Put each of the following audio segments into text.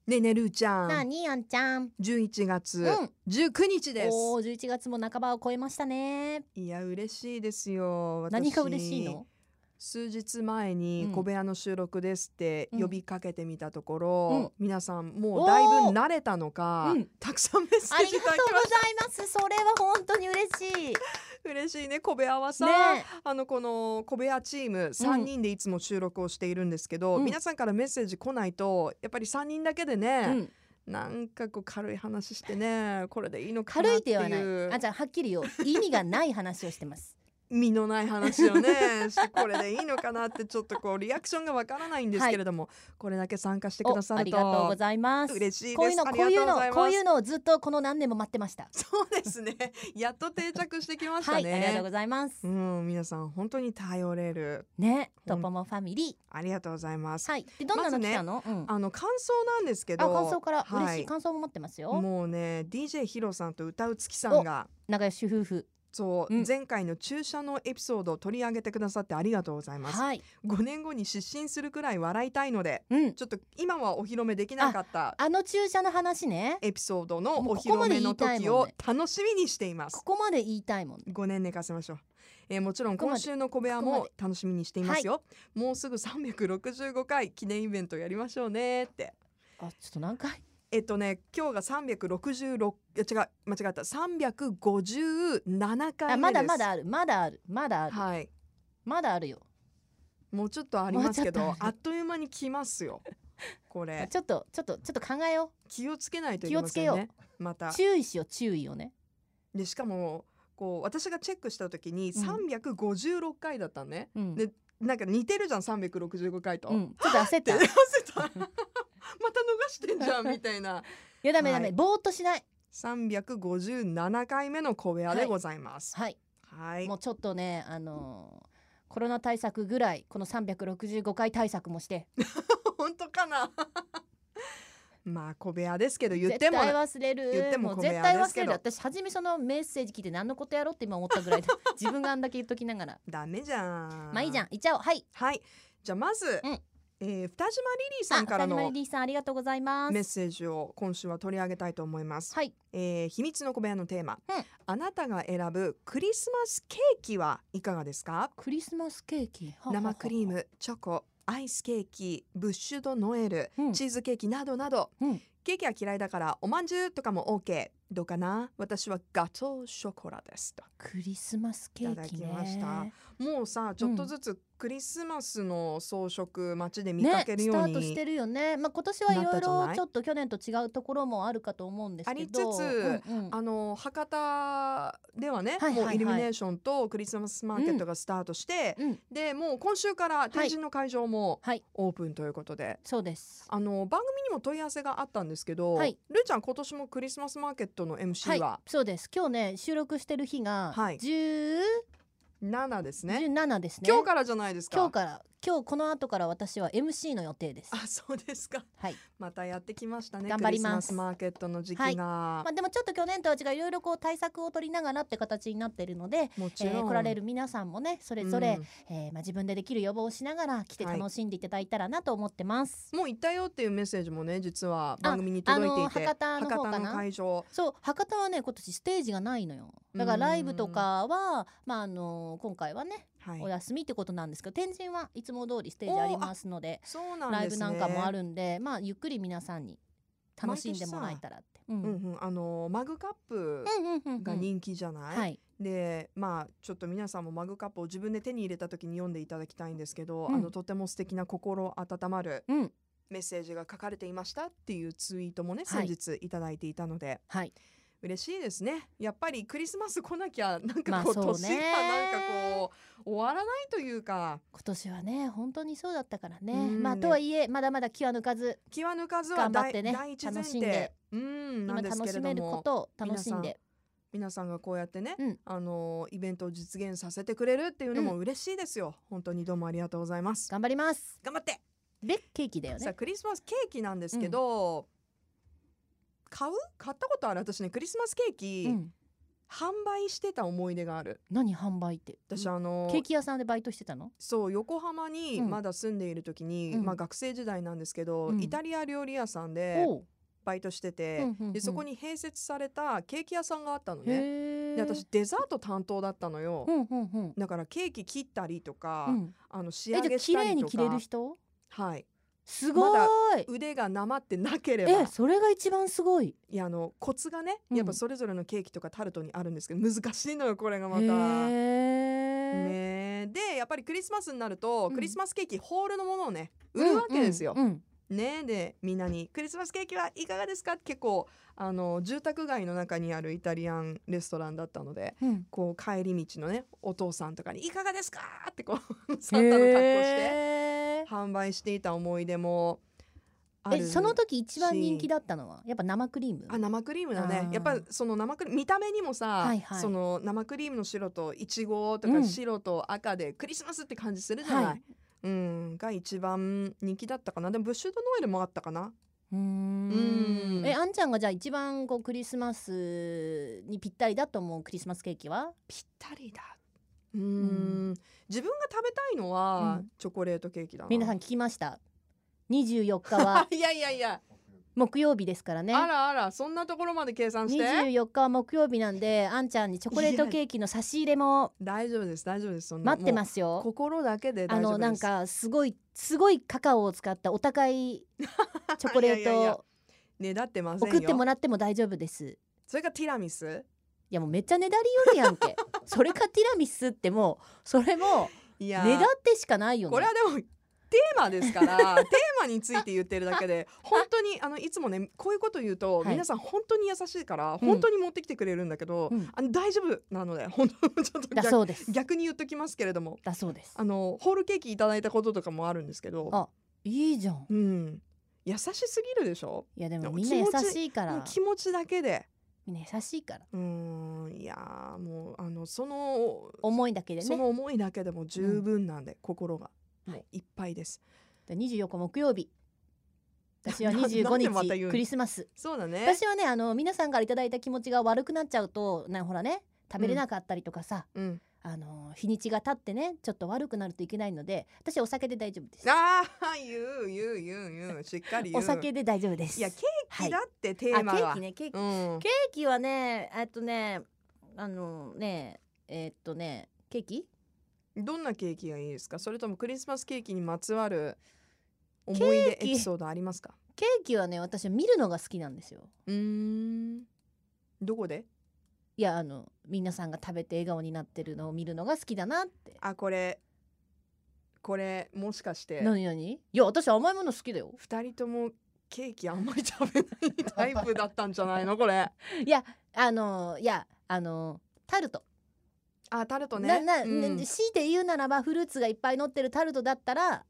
ねえねえるーちゃん、 なにあんちゃん。 11月19日です。 おー、11月も半ばを超えましたね。 いや嬉しいですよ。私何が嬉しいの？ 数日前に小部屋の収録ですって呼びかけてみたところ、皆さんもうだいぶ慣れたのか、たくさんメッセージいただきました。 ありがとうございます。それは本当に嬉しい。 嬉しいね。小部屋はさ、 ね、 この小部屋チーム3人でいつも収録をしているんですけど、皆さんからメッセージ来ないとやっぱり3人だけでね、なんかこう軽い話してね、これでいいのかなっていう。 軽いではない。あ、じゃあはっきり言おう。意味がない話をしてます。 身のない話をねしてこれでいいのかなってちょっとこうリアクションがわからないんですけれども、これだけ参加してくださるとありがとうございます。 嬉しいです。 こういうのをずっとこの何年も待ってました。 そうですね。やっと定着してきましたね。 はい、ありがとうございます。 皆さん本当に頼れるね、トポモファミリー。 ありがとうございます。 はい。でどんなの来たの？ 感想なんですけど、 感想から嬉しい感想も待ってますよ。 もうね DJ ヒロさんと歌う月さんが仲良し夫婦。 そう、前回の注射のエピソードを取り上げてくださってありがとうございます。5年後に失神するくらい笑いたいので、ちょっと今はお披露目できなかったあの注射の話ね、 エピソードのお披露目の時を楽しみにしています。 ここまで言いたいもん、 5年寝かせましょう。もちろん今週の小部屋も楽しみにしていますよ。もうすぐ365回記念イベントやりましょうねって。 ちょっと何回？ 今日が366、間違った357回目です。 まだある、はい、まだあるよ。 もうちょっとありますけど、あっという間に来ますよこれ。 ちょっと考えよう。 気をつけないといけませんね。また注意をね。 でしかもこう私がチェックした時に356回だったね、でなんか似てるじゃん365回と、 ちょっと焦ったまた逃してんじゃんみたいな。 いやダメ、ぼーっとしない。 357回目の小部屋でございます。 はい、もうちょっとねコロナ対策ぐらいこの365回対策もして本当かなまあ小部屋ですけど言っても絶対忘れる。 言っても小部屋ですけど、 絶対忘れる。私初めそのメッセージ聞いて何のことやろうって今思ったぐらいで自分があんだけ言っときながらダメじゃん。 まあいいじゃん、言っちゃおう。はい、 じゃあまず、二島リリーさんからのリリーさんありがとうございます。 メッセージを今週は取り上げたいと思います。 はい、 秘密の小部屋のテーマ、あなたが選ぶクリスマスケーキはいかがですか？ クリスマスケーキ、 生クリーム、チョコ、アイスケーキ、ブッシュドノエル、チーズケーキなどなど、ケーキは嫌いだからおまんじゅうとかも OK。 どうかな？私はガトーショコラですと。 クリスマスケーキね。 いただきました。もうさちょっとずつクリスマスの装飾街で見かけるように、 スタートしてるよね。今年はいろいろちょっと去年と違うところもあるかと思うんですけど、 ありつつ、博多ではね、もうイルミネーションとクリスマスマーケットがスタートして、でもう今週から天神の会場もオープンということで、 そうです。 番組にも問い合わせがあったんですけど、ルーちゃん今年もクリスマスマーケットの MC は、 そうです。今日ね収録してる日が 17ですね。 17ですね。 今日からじゃないですか。 今日この後から私は MC の予定です。 あ、そうですか。またやってきましたね。 頑張ります。 クリスマスマーケットの時期が、 でもちょっと去年とは違ういろいろこう対策を取りながらって形になってるので、 もちろん、 来られる皆さんもねそれぞれ、自分でできる予防をしながら来て楽しんでいただいたらなと思ってます。 もう行ったよっていうメッセージもね実は番組に届いていて、 博多の方かな。 博多の会場、 そう、博多はね今年ステージがないのよ。だからライブとかは今回はねお休みってことなんですけど、天神はいつも通りステージありますので、ライブなんかもあるんで、ゆっくり皆さんに楽しんでもらえたらって。 マグカップが人気じゃない、でちょっと皆さんもマグカップを自分で手に入れた時に読んでいただきたいんですけど、とても素敵な心温まるメッセージが書かれていましたっていうツイートもね先日いただいていたので、嬉しいですね。やっぱりクリスマス来なきゃなんかこう、年がなんかこう終わらないというか、 今年はね本当にそうだったからね。とはいえまだまだ気は抜かずは頑張ってね第一前楽しんで、 なんですけれども、 楽しめることを楽しんで皆さんがこうやってね、イベントを実現させてくれるっていうのも嬉しいですよ。本当にどうもありがとうございます。 頑張ります。 頑張って。 でケーキだよね。 さあクリスマスケーキなんですけど、買ったことある？私ねクリスマスケーキ、 販売してた思い出がある。 何販売って？ 私ケーキ屋さんでバイトしてたの？ そう、横浜にまだ住んでいる時に、まあ学生時代なんですけど、イタリア料理屋さんでバイトしてて、でそこに併設されたケーキ屋さんがあったのね。で私デザート担当だったのよ。だからケーキ切ったりとか、仕上げしたりとか。 綺麗に切れる人？ はい。 すごい。 まだ腕がなまってなければ。 それが一番すごい。 いやコツがね、やっぱそれぞれのケーキとかタルトにあるんですけど、難しいのよこれがまた。ね、でやっぱりクリスマスになると、クリスマスケーキホールのものをね売るわけですよ。ね、でみんなにクリスマスケーキはいかがですかって、結構住宅街の中にあるイタリアンレストランだったので、こう帰り道のねお父さんとかにいかがですかってこうサンタの格好して販売していた思い出もあるし。 その時一番人気だったのはやっぱ生クリーム？ 生クリームだね。やっぱその生クリーム見た目にもさ、その生クリームの白といちごとか白と赤でクリスマスって感じするじゃない、が一番人気だったかな。でもブッシュドノエルもあったかな。 あんちゃんがじゃあ一番こうクリスマスにぴったりだと思うクリスマスケーキは？ ぴったりだ。自分が食べたいのはチョコレートケーキだな。 皆さん聞きました。24日はいや木曜日ですからね。 あらそんなところまで計算して。 24日は木曜日なんで、あんちゃんにチョコレートケーキの差し入れも大丈夫です。そんな待ってますよ。 心だけで大丈夫です。 なんかすごいカカオを使ったお高いチョコレートねだってませんよ。 送ってもらっても大丈夫です。 それがティラミス？ いやもうめっちゃねだりよるやんけそれかティラミスってもうそれもねだってしかないよね。 これはでもテーマですからテーマについて言ってるだけで本当にいつもねこういうこと言うと、皆さん本当に優しいから本当に持ってきてくれるんだけど、大丈夫なので本当ちょっとだそうです。 逆に言っときますけれども、 だそうです。 ホールケーキいただいたこととかもあるんですけど、 いいじゃん。 優しすぎるでしょ。 いやでもみんな優しいから、 気持ちだけでみんな優しいから。 いやもうその思いだけでね、 その思いだけでも十分なんで、心がもういっぱいです。 24日木曜日、私は25日クリスマス。 そうだね。 私はね皆さんからいただいた気持ちが悪くなっちゃうとほらね食べれなかったりとかさ、日にちが経ってねちょっと悪くなるといけないので、私お酒で大丈夫です。 言うしっかり言う。 お酒で大丈夫です。 いやケーキだってテーマは、 ケーキはねケーキどんなケーキがいいですか？それともクリスマスケーキにまつわる思い出エピソードありますか？ ケーキはね私は見るのが好きなんですよ。 どこで？ いや皆さんが食べて笑顔になってるのを見るのが好きだなって。 これもしかして何？いや私甘いもの好きだよ。 2人ともケーキあんまり食べないタイプだったんじゃないのこれ。 いやタルト。 タルトね。 強いて言うならばフルーツがいっぱい乗ってるタルトだったら、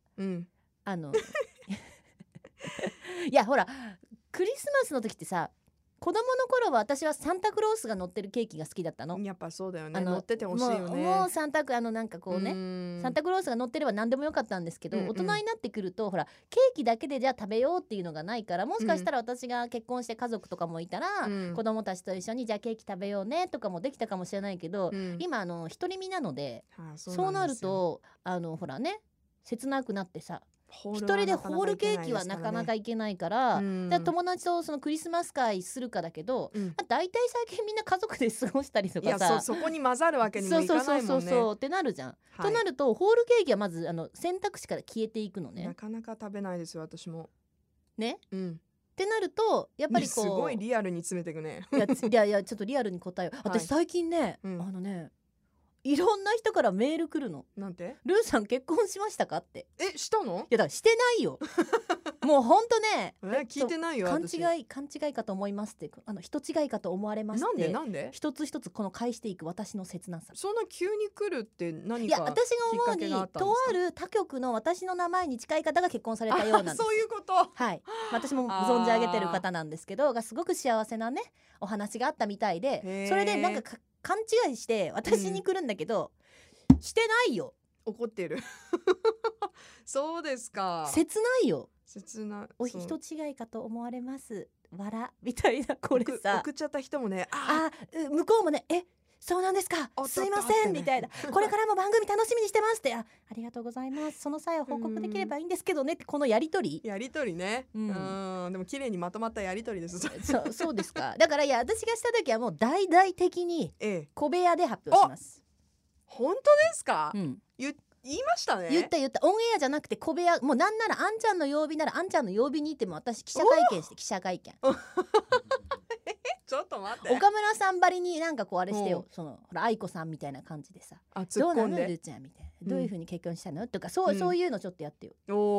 いやほらクリスマスの時ってさ、子供の頃は私はサンタクロースが乗ってるケーキが好きだったの。 やっぱそうだよね。乗っててほしいよね。 もうサンタなんかこうね、サンタクロースが乗ってれば何でもよかったんですけど、大人になってくるとほらケーキだけでじゃあ食べようっていうのがないから、もしかしたら私が結婚して家族とかもいたら、子供たちと一緒にじゃあケーキ食べようねとかもできたかもしれないけど、今独り身なので、そうなるとほらね切なくなってさ、一人でホールケーキはなかなか行けないから、友達とそのクリスマス会するかだけど、だいたい最近みんな家族で過ごしたりとかさ、 そこに混ざるわけにもいかないもんね。 そうってなるじゃん。となるとホールケーキはまず選択肢から消えていくのね。 なかなか食べないですよ私もね。ってなるとやっぱりこうすごいリアルに詰めていくね。 いやちょっとリアルに答えよう。私最近ねいろんな人からメール来るの。 なんて？ ルーさん結婚しましたかって。 したの？いやだからしてないよもうほんとね聞いてないよ。 勘違いかと思いますって、人違いかと思われますって。 なんで一つ一つこの返していく私の切なさ。 そんな急に来るって何か？ いや私が思うにとある他局の私の名前に近い方が結婚されたようなんです。 そういうこと。 はい、私も存じ上げてる方なんですけど、がすごく幸せなねお話があったみたいで、それでなんか勘違いして私に来るんだけど、してないよ。 怒ってるそうですか。 切ないよ。 切ない。 お人違いかと思われます笑みたいな。これさ送っちゃった人もね、 向こうもね、そうなんですか、すいませんみたいな、これからも番組楽しみにしてますって、ありがとうございます、その際は報告できればいいんですけどねって、このやりとりね、でも綺麗にまとまったやりとりですそうですか。だから私がした時はもう大々的に小部屋で発表します。 本当ですか？言いましたね。 言ったオンエアじゃなくて小部屋、もうなんならあんちゃんの曜日ならあんちゃんの曜日に行っても私記者会見して記者会見ちょっと待って、 岡村さんばりになんかこうあれしてよ、そのほら愛子さんみたいな感じでさ、どうなのルーちゃんみたいな、どういう風に結婚したのとか、そういうのちょっとやってよ。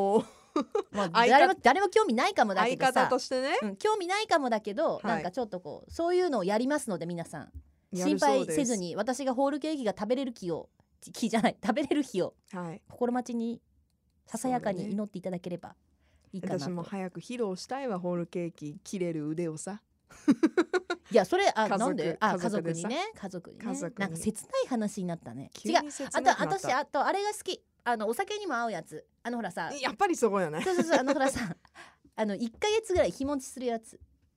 誰も興味ないかもだけどさ、 相方としてね、 興味ないかもだけど、なんかちょっとこうそういうのをやりますので、皆さん心配せずに、私がホールケーキが食べれる日を食べれる日を心待ちにささやかに祈っていただければいいかなと。 私も早く披露したいわ、ホールケーキ切れる腕をさいやそれなんで家族にねなんか切ない話になったね。違う、私あとあれが好き、お酒にも合うやつ、ほらさ、 やっぱりそこよね。 そうほらさ1ヶ月ぐらい日持ちするやつ、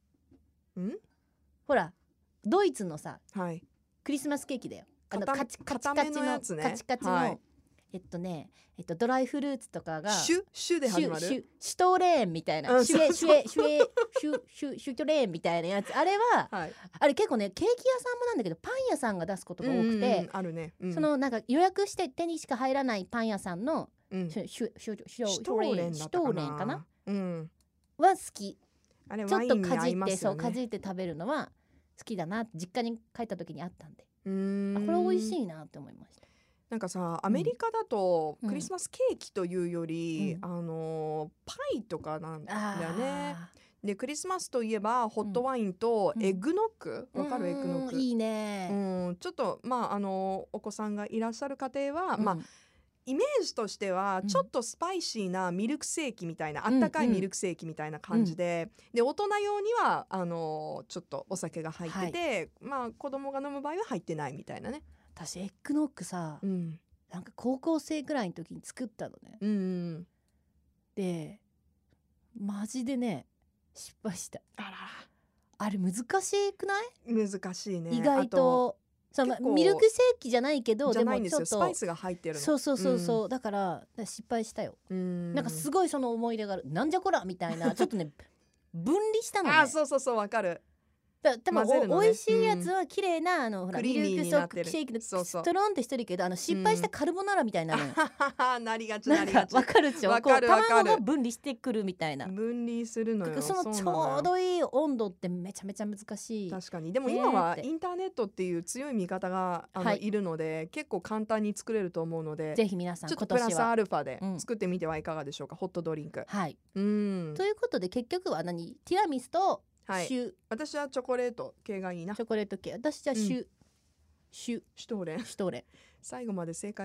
ほらドイツのさ、クリスマスケーキだよ。カチカチのドライフルーツとかがシュで始まるシュトレーンみたいな、シュトレーンみたいなやつ、あれは、あれ結構ねケーキ屋さんもなんだけどパン屋さんが出すことが多くて、 あるね、 そのなんか予約して手にしか入らないパン屋さんのシュトレーンかな、は好き。ちょっとかじってかじって食べるのは好きだな、実家に帰った時にあったんで、これ美味しいなって思いました。 なんかさ、アメリカだとクリスマスケーキというより、パイとかなんだよね。でクリスマスといえばホットワインとエッグノック、わかる？エッグノックいいね。 ちょっとお子さんがいらっしゃる家庭は、イメージとしてはちょっとスパイシーなミルクセーキみたいな、あったかいミルクセーキみたいな感じで、で大人用にはちょっとお酒が入ってて、子供が飲む場合は入ってないみたいなね。 私エッグノックさ、なんか高校生くらいの時に作ったのね、でマジでね失敗した。あれ難しくない？ 難しいね、 意外と。ミルクセーキじゃないけど、 でもちょっとスパイスが入ってるの。 そう、だから失敗したよ。なんかすごいその思い出がある。なんじゃこらみたいな、ちょっとね分離したのね。 そうわかる。 でも美味しいやつは綺麗なほらミルクシェイクでストロンってしてるけど、失敗したカルボナーラみたいなのよ。 なりがちわかるでしょ。卵が分離してくるみたいな。 分離するのよ。 そのちょうどいい温度ってめちゃめちゃ難しい。 確かに。でも今はインターネットっていう強い味方がいるので、結構簡単に作れると思うので、 ぜひ皆さんちょっとプラスアルファで作ってみてはいかがでしょうか。ホットドリンク。 はい。ということで結局はティラミスと私はチョコレート系がいいな。 チョコレート系。私じゃシュトーレン。 最後まで正解